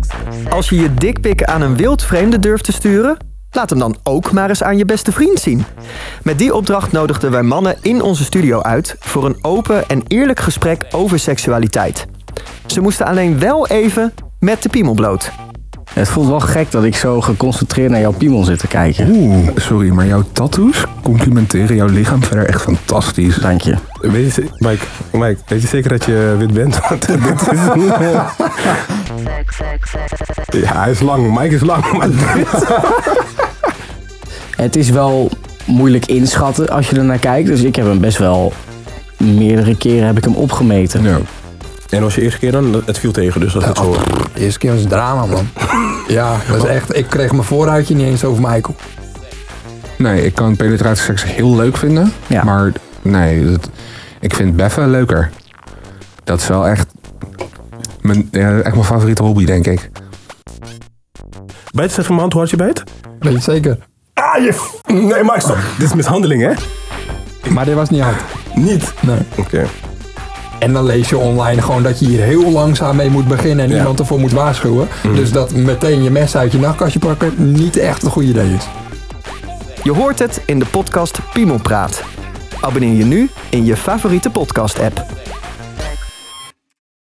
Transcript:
Als je je dikpik aan een wildvreemde durft te sturen, laat hem dan ook maar eens aan je beste vriend zien. Met die opdracht nodigden wij mannen in onze studio uit voor een open en eerlijk gesprek over seksualiteit. Ze moesten alleen wel even met de piemel bloot. Het voelt wel gek dat ik zo geconcentreerd naar jouw piemel zit te kijken. Sorry, maar jouw tattoos complimenteren jouw lichaam verder echt fantastisch. Dank je. Weet je, Mike, weet je zeker dat je wit bent? Want dit is... Ja, hij is lang. Mike is lang. Maar... Het is wel moeilijk inschatten als je er naar kijkt. Dus ik heb hem best wel meerdere keren heb ik hem opgemeten. Ja. En was je eerste keer dan? Het viel tegen, dus dat is het zo. De eerste keer was het drama, man. Ja, dat is echt... Ik kreeg mijn vooruitje niet eens over Michael. Nee, ik kan penetratieseks heel leuk vinden. Ja. Maar nee, ik vind beffen leuker. Dat is wel echt echt mijn favoriete hobby, denk ik. Bijt is even mijn hand, hoe hard je bijt? Weet je het zeker? Nee, Mike, stop. Dit is mishandeling, hè? Maar dit was niet hard. Niet? Nee. Oké. En dan lees je online gewoon dat je hier heel langzaam mee moet beginnen en iemand ervoor moet waarschuwen. Dus dat meteen je mes uit je nachtkastje pakken niet echt een goed idee is. Je hoort het in de podcast Piemelpraat. Abonneer je nu in je favoriete podcast-app.